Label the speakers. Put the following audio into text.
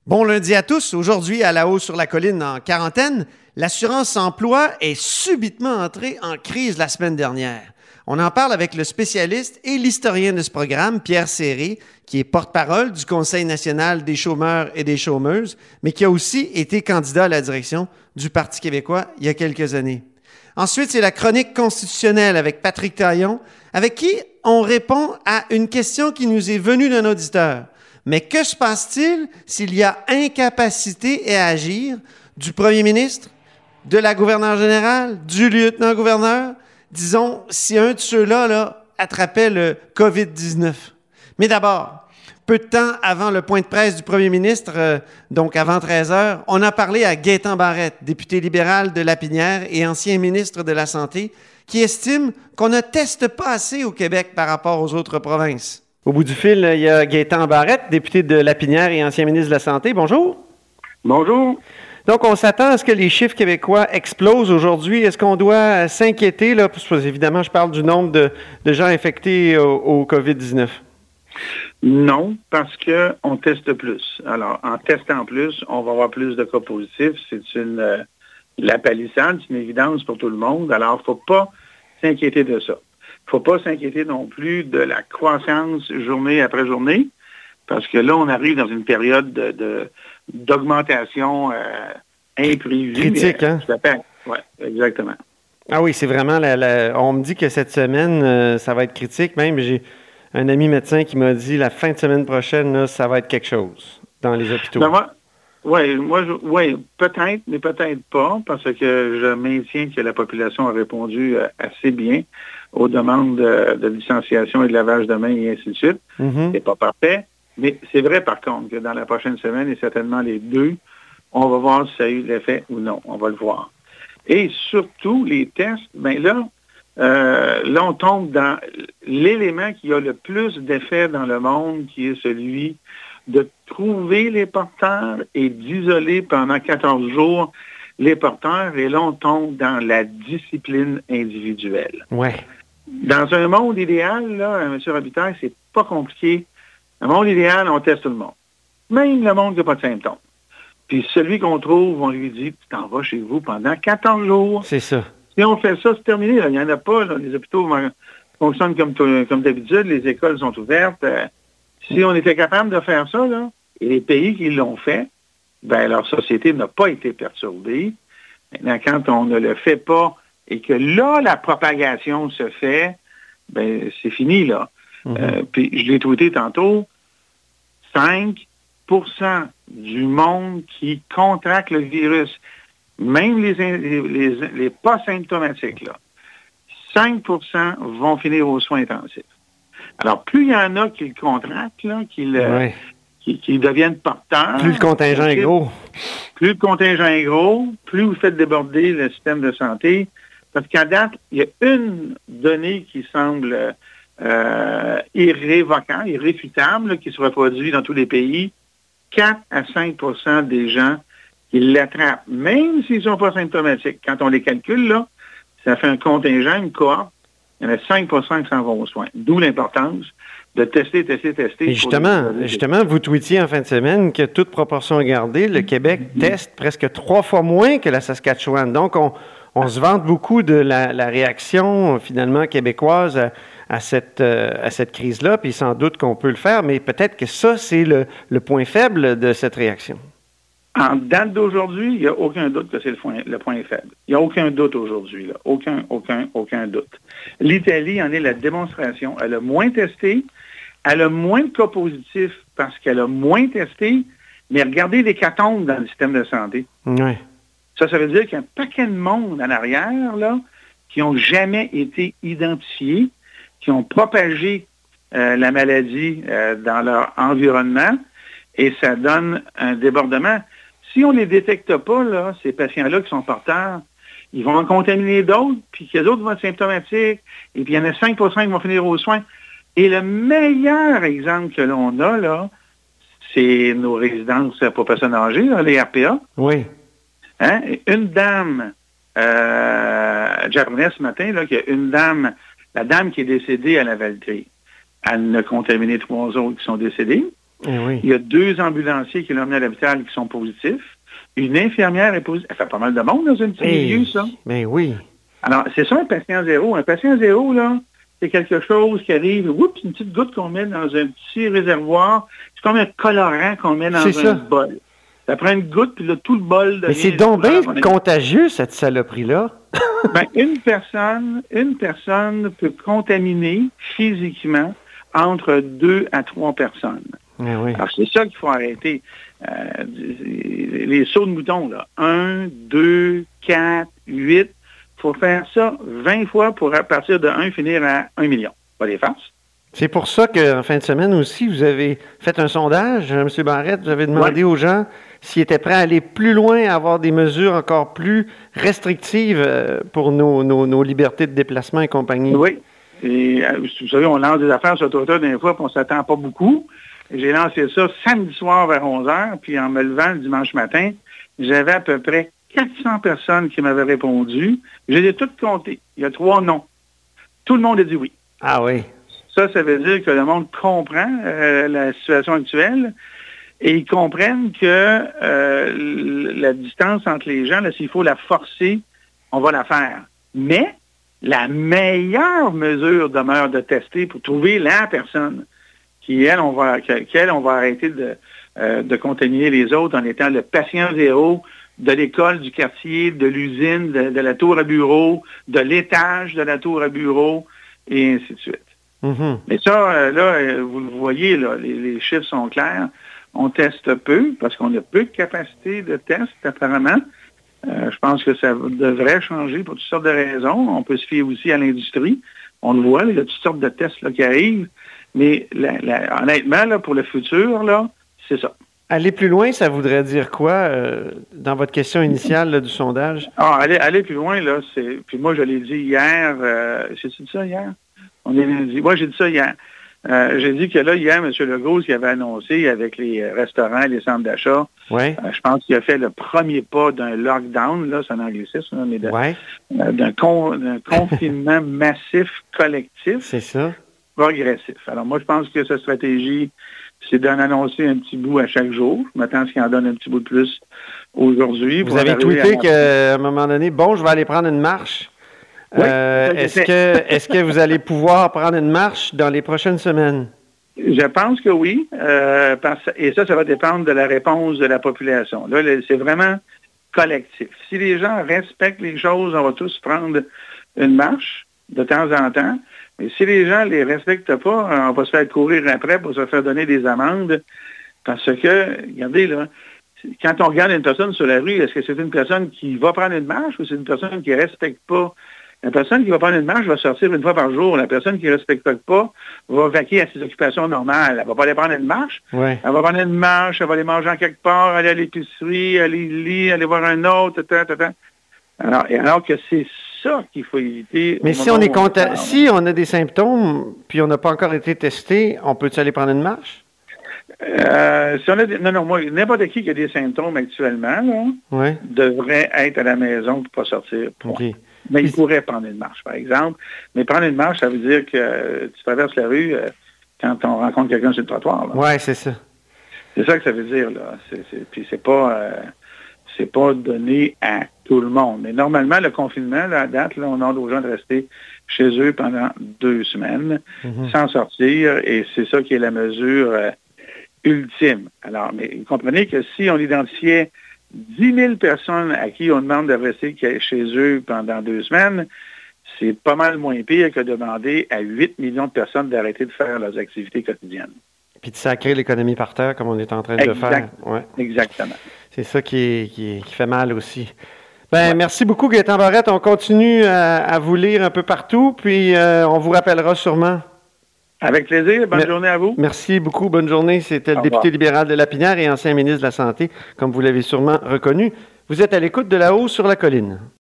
Speaker 1: Bon lundi à tous. Aujourd'hui, à La Haut sur la colline en quarantaine, l'assurance emploi est subitement entrée en crise la semaine dernière. On en parle avec le spécialiste et l'historien de ce programme, Pierre Séré, qui est porte-parole du Conseil national des chômeurs et des chômeuses, mais qui a aussi été candidat à la direction du Parti québécois il y a quelques années. Ensuite, c'est la chronique constitutionnelle avec Patrick Taillon, avec qui on répond à une question qui nous est venue d'un auditeur. Mais que se passe-t-il s'il y a incapacité à agir du premier ministre, de la gouverneure générale, du lieutenant-gouverneur? Disons, si un de ceux-là attrapait le COVID-19. Mais d'abord, peu de temps avant le point de presse du premier ministre, donc avant 13 heures, on a parlé à Gaétan Barrette, député libéral de Lapinière et ancien ministre de la Santé, qui estime qu'on ne teste pas assez au Québec par rapport aux autres provinces. Au bout du fil, il y a Gaétan Barrette, député de Lapinière et ancien ministre de la Santé. Bonjour.
Speaker 2: Bonjour.
Speaker 1: Donc, on s'attend à ce que les chiffres québécois explosent aujourd'hui. Est-ce qu'on doit s'inquiéter, là? Parce que, évidemment, je parle du nombre de gens infectés au COVID-19.
Speaker 2: Non, parce qu'on teste plus. Alors, en testant plus, on va avoir plus de cas positifs. C'est la palissade, c'est une évidence pour tout le monde. Alors, il ne faut pas s'inquiéter de ça. Il ne faut pas s'inquiéter non plus de la croissance journée après journée, parce que là, on arrive dans une période d'augmentation imprévue.
Speaker 1: Critique, hein?
Speaker 2: Oui, exactement.
Speaker 1: Ah oui, c'est vraiment... on me dit que cette semaine, ça va être critique. Même, j'ai un ami médecin qui m'a dit la fin de semaine prochaine, là, ça va être quelque chose dans les hôpitaux.
Speaker 2: Oui, peut-être, mais peut-être pas, parce que je maintiens que la population a répondu assez bien aux demandes de licenciation et de lavage de mains et ainsi de suite.
Speaker 1: Mm-hmm.
Speaker 2: C'est pas parfait, mais c'est vrai par contre que dans la prochaine semaine, et certainement les deux, on va voir si ça a eu l'effet ou non. On va le voir. Et surtout, les tests, là, on tombe dans l'élément qui a le plus d'effet dans le monde, qui est celui de trouver les porteurs et d'isoler pendant 14 jours les porteurs. Et là, on tombe dans la discipline individuelle.
Speaker 1: Ouais.
Speaker 2: Dans un monde idéal, là, M. Robitaille, c'est pas compliqué. Dans un monde idéal, on teste tout le monde. Même le monde qui n'a pas de symptômes. Puis celui qu'on trouve, on lui dit, tu t'en vas chez vous pendant 14 jours.
Speaker 1: C'est ça.
Speaker 2: Si on fait ça, c'est terminé. Là. Il n'y en a pas. Là. Les hôpitaux fonctionnent comme d'habitude. Les écoles sont ouvertes. Si on était capable de faire ça, là, et les pays qui l'ont fait, leur société n'a pas été perturbée. Maintenant, quand on ne le fait pas et que là, la propagation se fait, c'est fini, là.
Speaker 1: Mm-hmm.
Speaker 2: Puis, je l'ai tweeté tantôt, 5% du monde qui contracte le virus, même les pas symptomatiques, là, 5% vont finir aux soins intensifs. Alors, plus il y en a qui le contractent, là, qui deviennent porteurs...
Speaker 1: Plus le contingent est gros.
Speaker 2: Plus le contingent est gros, plus vous faites déborder le système de santé. Parce qu'à date, il y a une donnée qui semble irrévocable, irréfutable, qui se reproduit dans tous les pays. 4 à 5% des gens qui l'attrapent, même s'ils ne sont pas symptomatiques. Quand on les calcule, là, ça fait un contingent, une cohorte. Il y en a 5% qui s'en vont aux soins. D'où l'importance de tester.
Speaker 1: Et justement, vous tweetiez en fin de semaine que toute proportion gardée, le Québec teste presque 3 fois moins que la Saskatchewan. Donc, on se vante beaucoup de la réaction, finalement, québécoise à cette crise-là, puis sans doute qu'on peut le faire, mais peut-être que ça, c'est le point faible de cette réaction.
Speaker 2: En date d'aujourd'hui, il n'y a aucun doute que c'est le point faible. Il n'y a aucun doute aujourd'hui, là. Aucun doute. L'Italie en est la démonstration. Elle a moins testé, elle a moins de cas positifs parce qu'elle a moins testé, mais regardez l'hécatombe dans le système de santé.
Speaker 1: Oui.
Speaker 2: Ça veut dire qu'il y a un paquet de monde en arrière, là, qui n'ont jamais été identifiés, qui ont propagé la maladie dans leur environnement, et ça donne un débordement. Si on ne les détecte pas, là, ces patients-là qui sont porteurs, ils vont en contaminer d'autres, puis qu'il y a d'autres qui vont être symptomatiques, et puis il y en a 5% qui vont finir aux soins. Et le meilleur exemple que l'on a, là, c'est nos résidences pour personnes âgées, là, les RPA.
Speaker 1: Oui.
Speaker 2: Hein? Une dame, j'apprenais ce matin, là, qu'il y a une dame, la dame qui est décédée à la Valtrie, elle en a contaminé 3 autres qui sont décédés.
Speaker 1: Eh oui.
Speaker 2: Il y a 2 ambulanciers qui l'ont emmené à l'hôpital qui sont positifs. Une infirmière est positive. Ça fait pas mal de monde dans un petit milieu, ça.
Speaker 1: Ben oui.
Speaker 2: Alors, c'est ça un patient zéro. Un patient zéro, là, c'est quelque chose qui arrive, oups, une petite goutte qu'on met dans un petit réservoir. C'est comme un colorant qu'on met dans un bol. Ça prend une goutte, puis là, tout le bol devient...
Speaker 1: Mais c'est donc bien contagieux, cette saloperie-là.
Speaker 2: Ben, une personne peut contaminer physiquement entre 2 à 3 personnes.
Speaker 1: Eh oui.
Speaker 2: Alors, c'est ça qu'il faut arrêter. Les sauts de moutons, là. 1, 2, 4, 8. Il faut faire ça 20 fois pour, à partir de 1, finir à 1 million. Pas les farces.
Speaker 1: C'est pour ça qu'en fin de semaine aussi, vous avez fait un sondage, M. Barrette, vous avez demandé aux gens s'ils étaient prêts à aller plus loin, à avoir des mesures encore plus restrictives pour nos libertés de déplacement et compagnie.
Speaker 2: Oui. Et vous savez, on lance des affaires sur Twitter des fois, puis on ne s'attend pas beaucoup. J'ai lancé ça samedi soir vers 11h, puis en me levant le dimanche matin, j'avais à peu près 400 personnes qui m'avaient répondu. Je les ai toutes comptées. Il y a 3 noms. Tout le monde a dit oui.
Speaker 1: Ah oui.
Speaker 2: Ça veut dire que le monde comprend la situation actuelle et ils comprennent que la distance entre les gens, s'il faut la forcer, on va la faire. Mais la meilleure mesure demeure de tester pour trouver la personne qu'elle, on va arrêter de contaminer les autres en étant le patient zéro de l'école, du quartier, de l'usine, de la tour à bureau, de l'étage de la tour à bureau, et ainsi de suite.
Speaker 1: Mm-hmm.
Speaker 2: Mais ça, là, vous le voyez, là, les chiffres sont clairs. On teste peu parce qu'on a peu de capacité de test, apparemment. Je pense que ça devrait changer pour toutes sortes de raisons. On peut se fier aussi à l'industrie. On le voit, il y a toutes sortes de tests là, qui arrivent. Mais honnêtement, là, pour le futur, là, c'est ça.
Speaker 1: Aller plus loin, ça voudrait dire quoi dans votre question initiale là, du sondage?
Speaker 2: Aller plus loin, là, c'est... Puis moi, je l'ai dit hier. J'ai-tu dit ça hier? On est lundi. Moi, j'ai dit ça hier. J'ai dit que là, hier, M. Legault, ce qu'il avait annoncé avec les restaurants, les centres d'achat, je pense qu'il a fait le premier pas d'un lockdown, là, c'est un anglicisme, mais d'un confinement massif, collectif.
Speaker 1: C'est ça.
Speaker 2: Progressif. Alors moi, je pense que sa stratégie, c'est d'en annoncer un petit bout à chaque jour. Je m'attends à ce qu'il en donne un petit bout de plus aujourd'hui.
Speaker 1: Vous avez tweeté qu'à un moment donné, je vais aller prendre une marche.
Speaker 2: Oui,
Speaker 1: est-ce que vous allez pouvoir prendre une marche dans les prochaines semaines?
Speaker 2: Je pense que oui. Et ça va dépendre de la réponse de la population. Là, c'est vraiment collectif. Si les gens respectent les choses, on va tous prendre une marche de temps en temps. Mais si les gens ne les respectent pas, on va se faire courir après pour se faire donner des amendes. Parce que, regardez, là, quand on regarde une personne sur la rue, est-ce que c'est une personne qui va prendre une marche ou c'est une personne qui ne respecte pas? La personne qui va prendre une marche va sortir une fois par jour. La personne qui ne respecte pas va vaquer à ses occupations normales. Elle ne va pas aller prendre une marche.
Speaker 1: Ouais.
Speaker 2: Elle va prendre une marche, elle va aller manger en quelque part, aller à l'épicerie, aller lire, aller voir un autre, alors que c'est ça qu'il faut éviter.
Speaker 1: Mais si on a des symptômes puis on n'a pas encore été testé, on peut-tu aller prendre une marche?
Speaker 2: Moi, n'importe qui a des symptômes actuellement là, devrait être à la maison pour ne pas sortir.
Speaker 1: Okay.
Speaker 2: Mais il pourrait prendre une marche, par exemple. Mais prendre une marche, ça veut dire que tu traverses la rue quand on rencontre quelqu'un sur le trottoir.
Speaker 1: Oui, c'est ça.
Speaker 2: C'est ça que ça veut dire, là. Puis c'est pas donné à tout le monde. Mais normalement, le confinement, là, à date, là, on demande aux gens de rester chez eux pendant 2 semaines, sans sortir, et c'est ça qui est la mesure ultime. Alors, mais vous comprenez que si on identifiait 10 000 personnes à qui on demande de rester chez eux pendant 2 semaines, c'est pas mal moins pire que de demander à 8 millions de personnes d'arrêter de faire leurs activités quotidiennes.
Speaker 1: Puis de sacrer l'économie par terre, comme on est en train de le faire. Ouais.
Speaker 2: Exactement.
Speaker 1: C'est ça qui fait mal aussi. Merci beaucoup, Gaétan Barrette. On continue à vous lire un peu partout, puis on vous rappellera sûrement.
Speaker 2: Avec plaisir. Bonne journée à vous.
Speaker 1: Merci beaucoup. Bonne journée. C'était le député libéral de Lapinière et ancien ministre de la Santé, comme vous l'avez sûrement reconnu. Vous êtes à l'écoute de La Haut sur la colline.